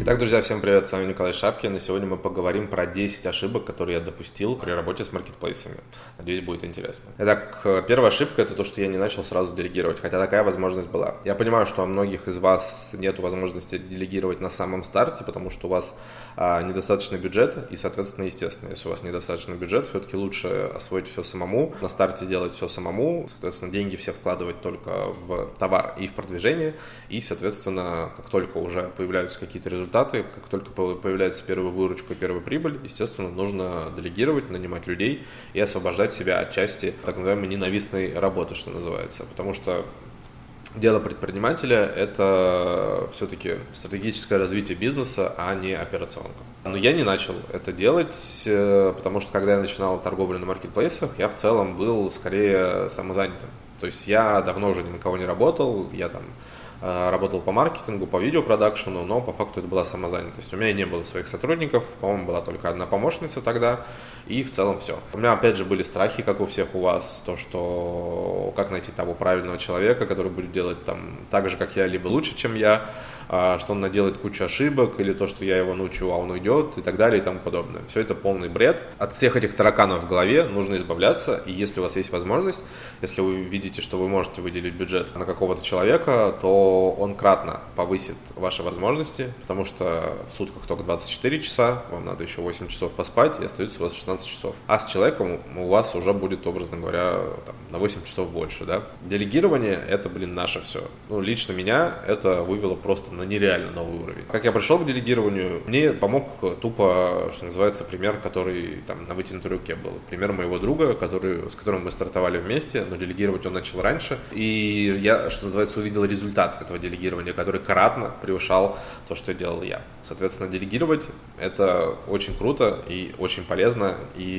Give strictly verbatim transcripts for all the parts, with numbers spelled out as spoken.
Итак, друзья, всем привет, с вами Николай Шапкин, и сегодня мы поговорим про десять ошибок, которые я допустил при работе с маркетплейсами. Надеюсь, будет интересно. Итак, первая ошибка – это то, что я не начал сразу делегировать, хотя такая возможность была. Я понимаю, что у многих из вас нет возможности делегировать на самом старте, потому что у вас а, недостаточно бюджета, и, соответственно, естественно, если у вас недостаточно бюджета, все-таки лучше освоить все самому, на старте делать все самому, соответственно, деньги все вкладывать только в товар и в продвижение, и, соответственно, как только уже появляются какие-то результаты, результаты, как только появляется первая выручка и первая прибыль, естественно, нужно делегировать, нанимать людей и освобождать себя от части так называемой ненавистной работы, что называется. Потому что дело предпринимателя – это все-таки стратегическое развитие бизнеса, а не операционка. Но я не начал это делать, потому что когда я начинал торговлю на маркетплейсах, я в целом был скорее самозанятым. То есть я давно уже ни на кого не работал, я там работал по маркетингу, по видеопродакшену, но по факту это была самозанятость. У меня не было своих сотрудников, по-моему, была только одна помощница тогда, и в целом все. У меня опять же были страхи, как у всех у вас, то, что как найти того правильного человека, который будет делать там так же, как я, либо лучше, чем я, что он наделает кучу ошибок, или то, что я его научу, а он уйдет, и так далее, и тому подобное. Все это полный бред. От всех этих тараканов в голове нужно избавляться, и если у вас есть возможность, если вы видите, что вы можете выделить бюджет на какого-то человека, то он кратно повысит ваши возможности, потому что в сутках только двадцать четыре часа, вам надо еще восемь часов поспать, и остается у вас шестнадцать часов. А с человеком у вас уже будет, образно говоря, там, на восемь часов больше, да. Делегирование – это, блин, наше все. Ну, лично меня это вывело просто на нереально новый уровень. Как я пришел к делегированию, мне помог тупо, что называется, пример, который там на вытянутой руке был. Пример моего друга, который, с которым мы стартовали вместе, но делегировать он начал раньше. И я, что называется, увидел результат этого делегирования, который кратно превышал то, что делал я. Соответственно, делегировать – это очень круто и очень полезно,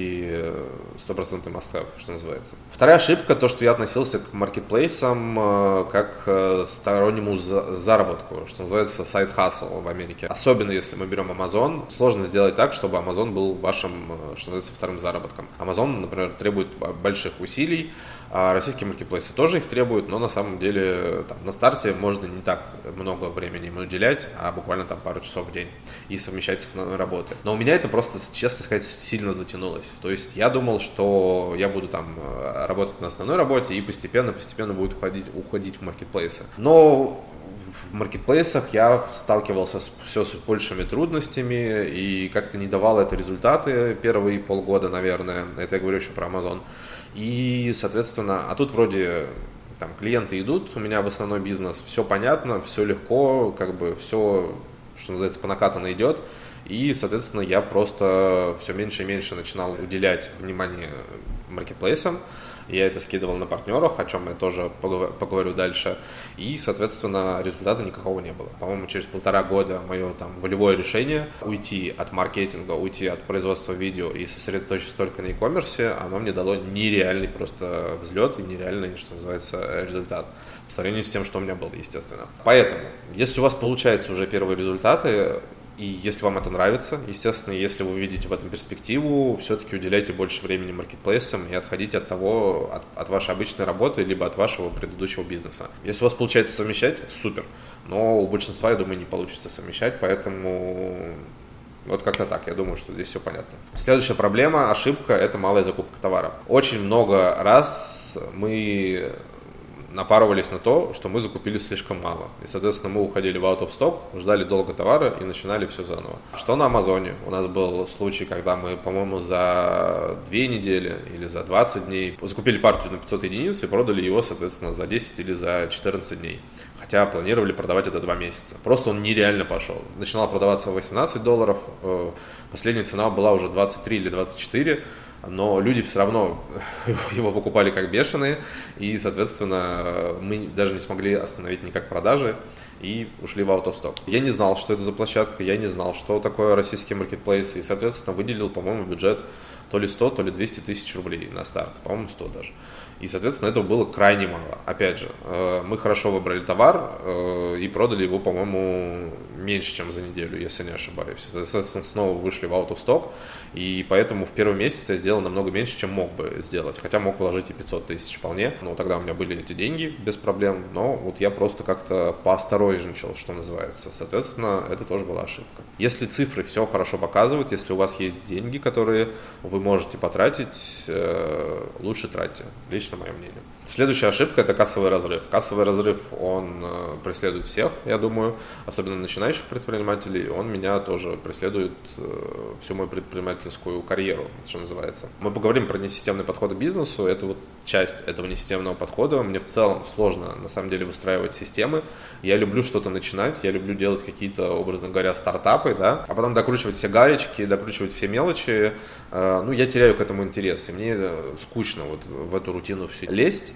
и стопроцентный must-have, что называется. Вторая ошибка – то, что я относился к маркетплейсам как к стороннему заработку, что называется сайд-хасл в Америке. Особенно если мы берем Amazon, сложно сделать так, чтобы Amazon был вашим, что называется, вторым заработком. Amazon, например, требует больших усилий, а российские маркетплейсы тоже их требуют, но на самом деле там, на старте можно не так много времени ему уделять, а буквально там пару часов в день и совмещать с основной работой. Но у меня это просто, честно сказать, сильно затянулось. То есть я думал, что я буду там работать на основной работе и постепенно-постепенно будет уходить, уходить в маркетплейсы. Но в маркетплейсах я сталкивался с все с большими трудностями и как-то не давал это результаты первые полгода, наверное. Это я говорю еще про Amazon. И, соответственно, а тут вроде там клиенты идут, у меня в основной бизнес, все понятно, все легко, как бы все, что называется, по накатанной идет. И, соответственно, я просто все меньше и меньше начинал уделять внимание маркетплейсам. Я это скидывал на партнерах, о чем я тоже поговорю дальше. И, соответственно, результата никакого не было. По-моему, через полтора года мое там волевое решение уйти от маркетинга, уйти от производства видео и сосредоточиться только на e-commerce, оно мне дало нереальный просто взлет и нереальный, что называется, результат по сравнению с тем, что у меня было, естественно. Поэтому, если у вас получаются уже первые результаты, и если вам это нравится, естественно, если вы видите в этом перспективу, все-таки уделяйте больше времени маркетплейсам и отходите от того, от, от вашей обычной работы, либо от вашего предыдущего бизнеса. Если у вас получается совмещать, супер, но у большинства, я думаю, не получится совмещать, поэтому вот как-то так, я думаю, что здесь все понятно. Следующая проблема, ошибка – это малая закупка товара. Очень много раз мы напарывались на то, что мы закупили слишком мало. И, соответственно, мы уходили в out of stock, ждали долго товара и начинали все заново. Что на Амазоне? У нас был случай, когда мы, по-моему, за две недели или за двадцать дней закупили партию на пятьсот единиц и продали его, соответственно, за десять или за четырнадцать дней. Хотя планировали продавать это два месяца. Просто он нереально пошел. Начинал продаваться восемнадцать долларов, последняя цена была уже двадцать три или двадцать четыре. Но люди все равно его покупали как бешеные, и, соответственно, мы даже не смогли остановить никак продажи и ушли в out of stock. Я не знал, что это за площадка, я не знал, что такое российские маркетплейсы, и, соответственно, выделил, по-моему, бюджет то ли сто, то ли двести тысяч рублей на старт, по-моему, сто даже. И, соответственно, этого было крайне мало. Опять же, мы хорошо выбрали товар и продали его, по-моему, меньше, чем за неделю, если не ошибаюсь. Соответственно, снова вышли в out of stock, и поэтому в первый месяц я сделал намного меньше, чем мог бы сделать. Хотя мог вложить и пятьсот тысяч вполне, но тогда у меня были эти деньги без проблем, но вот я просто как-то поосторожничал, что называется. Соответственно, это тоже была ошибка. Если цифры все хорошо показывают, если у вас есть деньги, которые вы можете потратить, лучше тратьте, лично мое мнение. Следующая ошибка – это кассовый разрыв. Кассовый разрыв, он преследует всех, я думаю, особенно начинающих предпринимателей. Он меня тоже преследует всю мою предпринимательскую карьеру, что называется. Мы поговорим про несистемный подход к бизнесу. Это вот часть этого несистемного подхода. Мне в целом сложно, на самом деле, выстраивать системы. Я люблю что-то начинать, я люблю делать какие-то, образно говоря, стартапы, да, а потом докручивать все гаечки, докручивать все мелочи. Ну, я теряю к этому интерес, и мне скучно вот в эту рутину все лезть.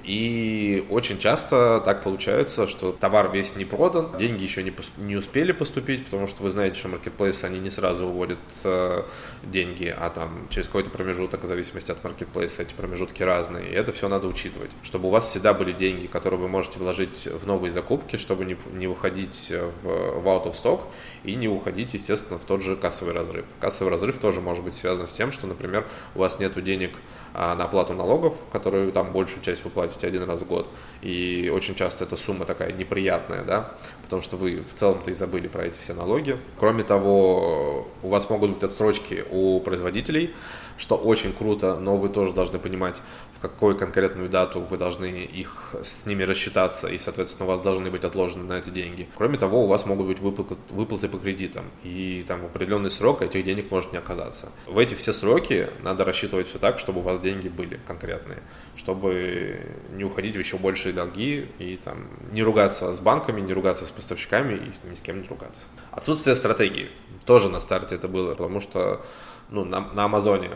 И очень часто так получается, что товар весь не продан, деньги еще не, пос- не успели поступить, потому что вы знаете, что маркетплейсы, они не сразу уводят э, деньги, а там через какой-то промежуток, в зависимости от маркетплейса, эти промежутки разные. И это все надо учитывать, чтобы у вас всегда были деньги, которые вы можете вложить в новые закупки, чтобы не, не выходить в, в out of stock и не уходить, естественно, в тот же кассовый разрыв. Кассовый разрыв тоже может быть связан с тем, что, например, у вас нет денег на оплату налогов, которые там большую часть вы платите один раз в год, и очень часто эта сумма такая неприятная, да, потому что вы в целом-то и забыли про эти все налоги. Кроме того, у вас могут быть отсрочки у производителей, что очень круто, но вы тоже должны понимать, в какую конкретную дату вы должны их с ними рассчитаться, и, соответственно, у вас должны быть отложены на эти деньги. Кроме того, у вас могут быть выплаты, выплаты по кредитам, и там в определенный срок этих денег может не оказаться. В эти все сроки надо рассчитывать все так, чтобы у вас деньги были конкретные, чтобы не уходить в еще большие долги и там не ругаться с банками, не ругаться с поставщиками и ни с кем не ругаться. Отсутствие стратегии. Тоже на старте это было, потому что ну, на, на Амазоне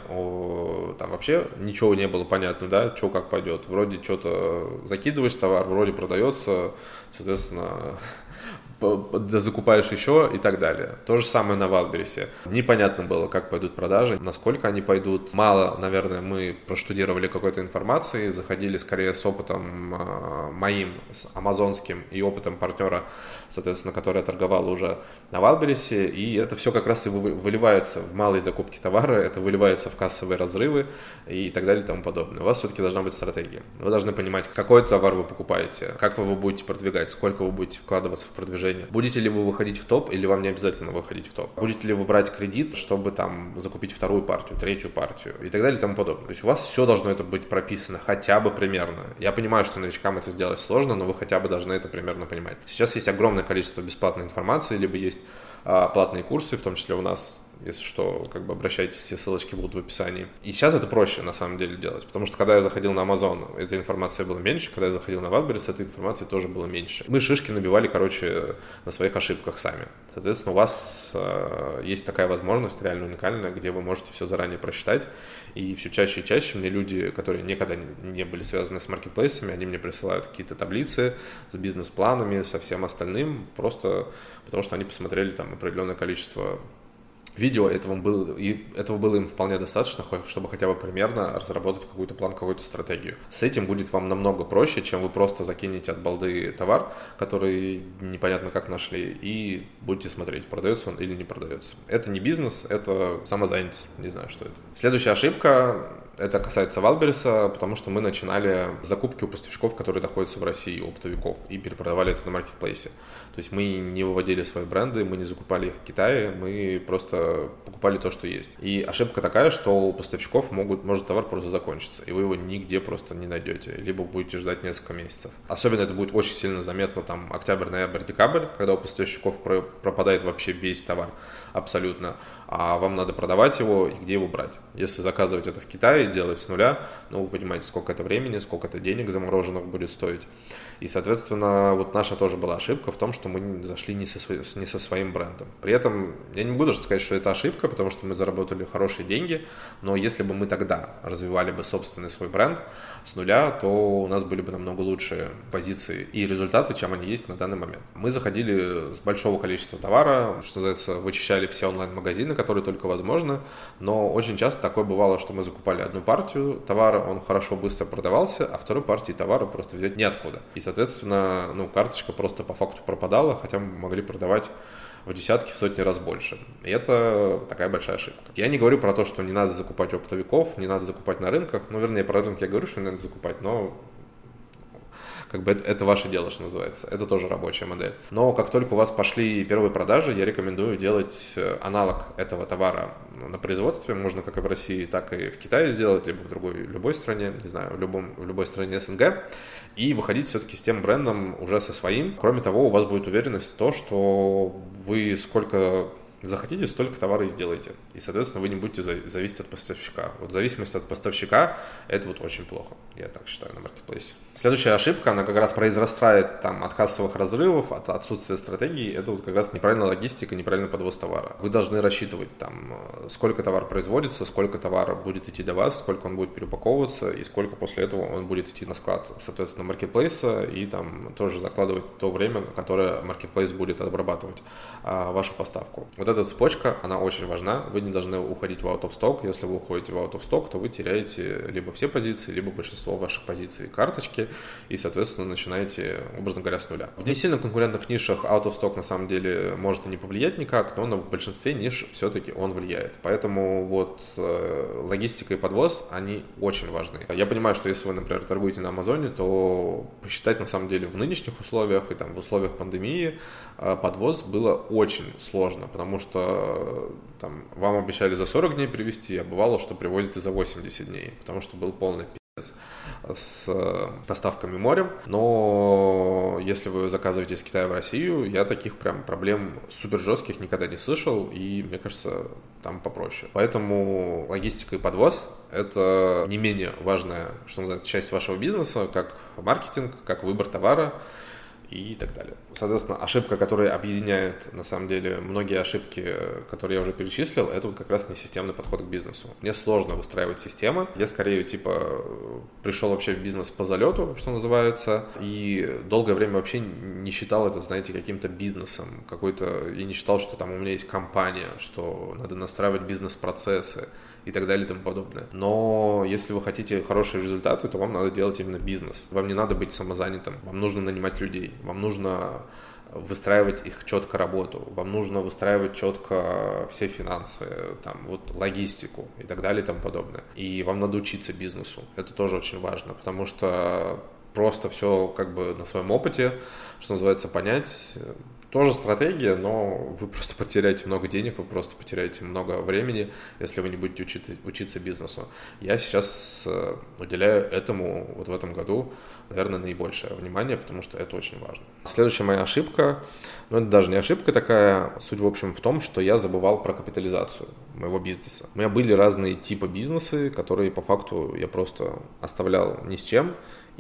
о, там вообще ничего не было понятно, да, что как пойдет. Вроде что-то закидываешь товар, вроде продается, соответственно, закупаешь еще и так далее. То же самое на Wildberries. Непонятно было, как пойдут продажи, насколько они пойдут. Мало, наверное, мы проштудировали какой-то информации, заходили скорее с опытом э, моим, с амазонским и опытом партнера, соответственно, который торговал уже на Wildberries, и это все как раз и выливается в малые закупки товара, это выливается в кассовые разрывы и так далее и тому подобное. У вас все-таки должна быть стратегия. Вы должны понимать, какой товар вы покупаете, как вы его будете продвигать, сколько вы будете вкладываться в продвижение. Будете ли вы выходить в топ или вам не обязательно выходить в топ? Будете ли вы брать кредит, чтобы там закупить вторую партию, третью партию и так далее и тому подобное. То есть у вас все должно это быть прописано хотя бы примерно. Я понимаю, что новичкам это сделать сложно, но вы хотя бы должны это примерно понимать. Сейчас есть огромное количество бесплатной информации, либо есть а, платные курсы, в том числе у нас. Если что, как бы обращайтесь, все ссылочки будут в описании. И сейчас это проще, на самом деле, делать. Потому что, когда я заходил на Amazon, этой информации было меньше. Когда я заходил на Wildberries, этой информации тоже было меньше. Мы шишки набивали, короче, на своих ошибках сами. Соответственно, у вас э, есть такая возможность, реально уникальная, где вы можете все заранее просчитать. И все чаще и чаще мне люди, которые никогда не были связаны с маркетплейсами, они мне присылают какие-то таблицы с бизнес-планами, со всем остальным. Просто потому что они посмотрели там определенное количество видео, этого было, и этого было им вполне достаточно, чтобы хотя бы примерно разработать какой-то план, какую-то стратегию. С этим будет вам намного проще, чем вы просто закинете от балды товар, который непонятно как нашли, и будете смотреть, продается он или не продается. Это не бизнес, это самозанятость, не знаю, что это. Следующая ошибка, это касается Wildberries, потому что мы начинали закупки у поставщиков, которые находятся в России, оптовиков, и перепродавали это на маркетплейсе. То есть мы не выводили свои бренды, мы не закупали их в Китае, мы просто покупали то, что есть. И ошибка такая, что у поставщиков могут, может товар просто закончиться, и вы его нигде просто не найдете, либо будете ждать несколько месяцев. Особенно это будет очень сильно заметно там октябрь, ноябрь, декабрь, когда у поставщиков пропадает вообще весь товар абсолютно, а вам надо продавать его и где его брать. Если заказывать это в Китае, делать с нуля, ну вы понимаете, сколько это времени, сколько это денег замороженных будет стоить. И, соответственно, вот наша тоже была ошибка в том, что мы зашли не со, не со своим брендом. При этом я не буду сказать, что это ошибка, потому что мы заработали хорошие деньги, но если бы мы тогда развивали бы собственный свой бренд с нуля, то у нас были бы намного лучшие позиции и результаты, чем они есть на данный момент. Мы заходили с большого количества товара, что называется, вычищали все онлайн-магазины, которые только возможно, но очень часто такое бывало, что мы закупали одну одну партию товара, он хорошо, быстро продавался, а второй партии товара просто взять неоткуда. И, соответственно, ну, карточка просто по факту пропадала, хотя мы могли продавать в десятки, в сотни раз больше. И это такая большая ошибка. Я не говорю про то, что не надо закупать оптовиков, не надо закупать на рынках. Ну, вернее, про рынок я говорю, что не надо закупать, но как бы это, это ваше дело, что называется. Это тоже рабочая модель. Но как только у вас пошли первые продажи, я рекомендую делать аналог этого товара на производстве. Можно как и в России, так и в Китае сделать, либо в другой, любой стране, не знаю, в, любом, в любой стране СНГ. И выходить все-таки с тем брендом уже со своим. Кроме того, у вас будет уверенность в том, что вы сколько захотите, столько товара и сделаете. И, соответственно, вы не будете зависеть от поставщика. Вот зависимость от поставщика – это вот очень плохо, я так считаю, на маркетплейсе. Следующая ошибка, она как раз произрастает там, от кассовых разрывов, от отсутствия стратегии. Это вот как раз неправильная логистика, неправильный подвоз товара. Вы должны рассчитывать, там, сколько товар производится, сколько товара будет идти до вас, сколько он будет переупаковываться и сколько после этого он будет идти на склад, соответственно, маркетплейса, и там тоже закладывать то время, которое маркетплейс будет обрабатывать а, вашу поставку. Вот эта цепочка, она очень важна. Вы не должны уходить в out of stock. Если вы уходите в out of stock, то вы теряете либо все позиции, либо большинство ваших позиций карточки и, соответственно, начинаете, образно говоря, с нуля. В не сильно конкурентных нишах out of stock на самом деле может и не повлиять никак, но в большинстве ниш все-таки он влияет. Поэтому вот э, логистика и подвоз, они очень важны. Я понимаю, что если вы, например, торгуете на Амазоне, то посчитать на самом деле в нынешних условиях и там в условиях пандемии э, подвоз было очень сложно, потому что там, вам обещали за сорок дней привезти, а бывало, что привозите за восемьдесят дней, потому что был полный пиздец с поставками морем. Но если вы заказываете из Китая в Россию, я таких прям проблем супер жестких никогда не слышал, и мне кажется, там попроще. Поэтому логистика и подвоз – это не менее важная, что называется, часть вашего бизнеса, как маркетинг, как выбор товара и так далее. Соответственно, ошибка, которая объединяет, на самом деле, многие ошибки, которые я уже перечислил, это вот как раз несистемный подход к бизнесу. Мне сложно выстраивать системы. Я скорее, типа, пришел вообще в бизнес по залету, что называется, и долгое время вообще не считал это, знаете, каким-то бизнесом. Какой-то, я не считал, что там у меня есть компания, что надо настраивать бизнес-процессы и так далее и тому подобное. Но если вы хотите хорошие результаты, то вам надо делать именно бизнес. Вам не надо быть самозанятым, вам нужно нанимать людей, вам нужно выстраивать их четко работу, вам нужно выстраивать четко все финансы, там, вот, логистику и так далее и тому подобное. И вам надо учиться бизнесу. Это тоже очень важно, потому что просто все как бы на своем опыте, что называется, понять. Тоже стратегия, но вы просто потеряете много денег, вы просто потеряете много времени, если вы не будете учиться, учиться бизнесу. Я сейчас уделяю этому вот в этом году, наверное, наибольшее внимание, потому что это очень важно. Следующая моя ошибка, ну это даже не ошибка такая, суть в общем в том, что я забывал про капитализацию моего бизнеса. У меня были разные типы бизнеса, которые по факту я просто оставлял ни с чем,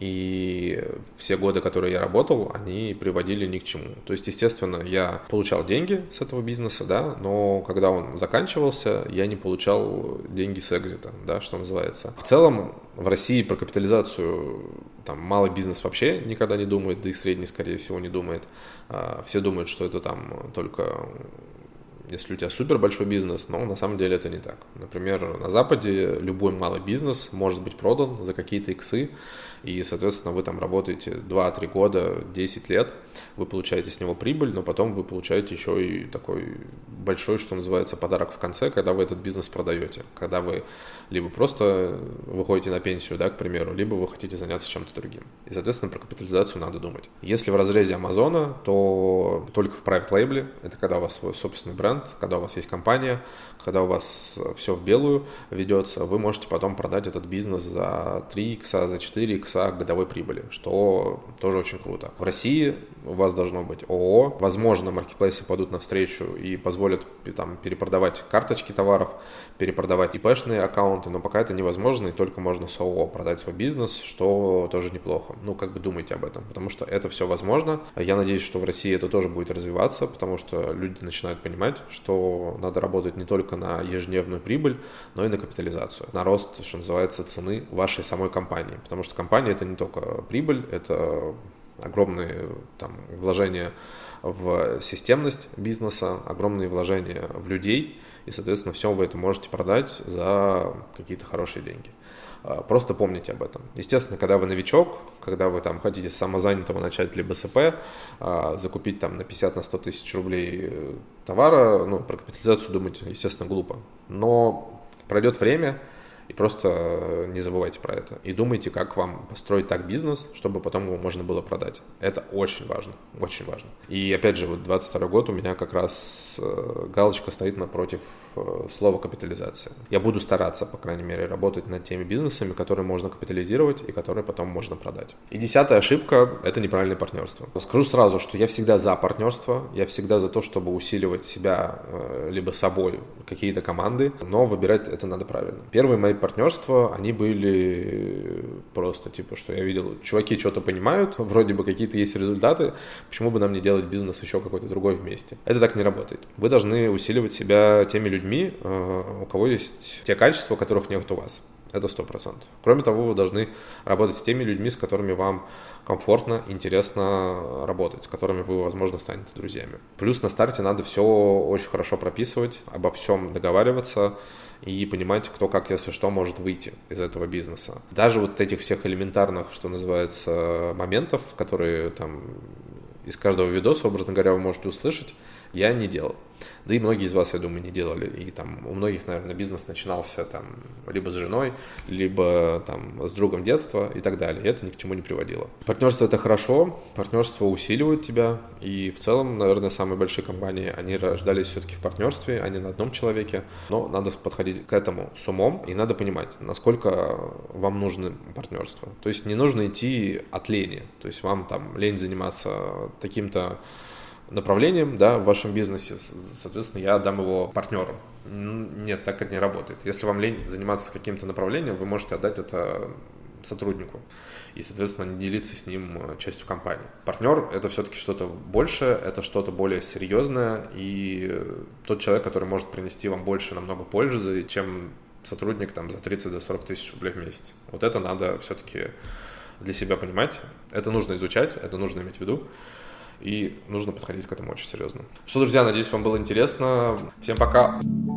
и все годы, которые я работал, они приводили ни к чему. То есть, естественно, я получал деньги с этого бизнеса, да, но когда он заканчивался, я не получал деньги с экзита, да, что называется. В целом, в России про капитализацию там малый бизнес вообще никогда не думает, да и средний, скорее всего, не думает. Все думают, что это там только если у тебя супер большой бизнес, но на самом деле это не так. Например, на Западе любой малый бизнес может быть продан за какие-то иксы, и, соответственно, вы там работаете два-три года, десять лет, вы получаете с него прибыль, но потом вы получаете еще и такой большой, что называется, подарок в конце, когда вы этот бизнес продаете, когда вы либо просто выходите на пенсию, да, к примеру, либо вы хотите заняться чем-то другим. И, соответственно, про капитализацию надо думать. Если в разрезе Амазона, то только в private label, это когда у вас свой собственный бренд, когда у вас есть компания, когда у вас все в белую ведется, вы можете потом продать этот бизнес за три икса, за четыре икса годовой прибыли, что тоже очень круто. В России у вас должно быть ООО, возможно, маркетплейсы пойдут навстречу и позволят там перепродавать карточки товаров, перепродавать ИПшные аккаунты, но пока это невозможно, и только можно с ООО продать свой бизнес, что тоже неплохо. Ну, как бы думайте об этом, потому что это все возможно. Я надеюсь, что в России это тоже будет развиваться, потому что люди начинают понимать, что надо работать не только на ежедневную прибыль, но и на капитализацию, на рост, что называется, цены вашей самой компании, потому что компания – это не только прибыль, это огромные там вложения в системность бизнеса, огромные вложения в людей, и, соответственно, все вы это можете продать за какие-то хорошие деньги. Просто помните об этом. Естественно, когда вы новичок, когда вы там хотите с самозанятого начать либо СП, закупить там на пятьдесят на сто тысяч рублей товара, ну, про капитализацию думать, естественно, глупо. Но пройдет время, и просто не забывайте про это. И думайте, как вам построить так бизнес, чтобы потом его можно было продать. Это очень важно, очень важно. И опять же, вот двадцать второй год у меня как раз галочка стоит напротив слова капитализация. Я буду стараться, по крайней мере, работать над теми бизнесами, которые можно капитализировать и которые потом можно продать. И десятая ошибка – это неправильное партнерство. Скажу сразу, что я всегда за партнерство, я всегда за то, чтобы усиливать себя либо собой, какие-то команды, но выбирать это надо правильно. Первые мои партнерства, они были просто типа, что я видел, чуваки что-то понимают, вроде бы какие-то есть результаты, почему бы нам не делать бизнес еще какой-то другой вместе. Это так не работает. Вы должны усиливать себя теми людьми, у кого есть те качества, которых нет у вас. Это сто процентов. Кроме того, вы должны работать с теми людьми, с которыми вам комфортно, интересно работать, с которыми вы, возможно, станете друзьями. Плюс на старте надо все очень хорошо прописывать, обо всем договариваться и понимать, кто как, если что, может выйти из этого бизнеса. Даже вот этих всех элементарных, что называется, моментов, которые там из каждого видоса, образно говоря, вы можете услышать, я не делал. Да и многие из вас, я думаю, не делали. И там у многих, наверное, бизнес начинался там либо с женой, либо там с другом детства и так далее. И это ни к чему не приводило. Партнерство – это хорошо, партнерство усиливает тебя. И в целом, наверное, самые большие компании, они рождались все-таки в партнерстве, а не на одном человеке. Но надо подходить к этому с умом, и надо понимать, насколько вам нужно партнерство. То есть не нужно идти от лени. То есть вам там лень заниматься таким-то направлением, да, в вашем бизнесе, соответственно, я отдам его партнерам. Нет, так это не работает. Если вам лень заниматься каким-то направлением, вы можете отдать это сотруднику и, соответственно, не делиться с ним частью компании. Партнер – это все-таки что-то большее, это что-то более серьезное, и тот человек, который может принести вам больше намного пользы, чем сотрудник там за тридцать-сорок тысяч рублей в месяц. Вот это надо все-таки для себя понимать, это нужно изучать, это нужно иметь в виду. И нужно подходить к этому очень серьезно. Что, друзья, надеюсь, вам было интересно. Всем пока!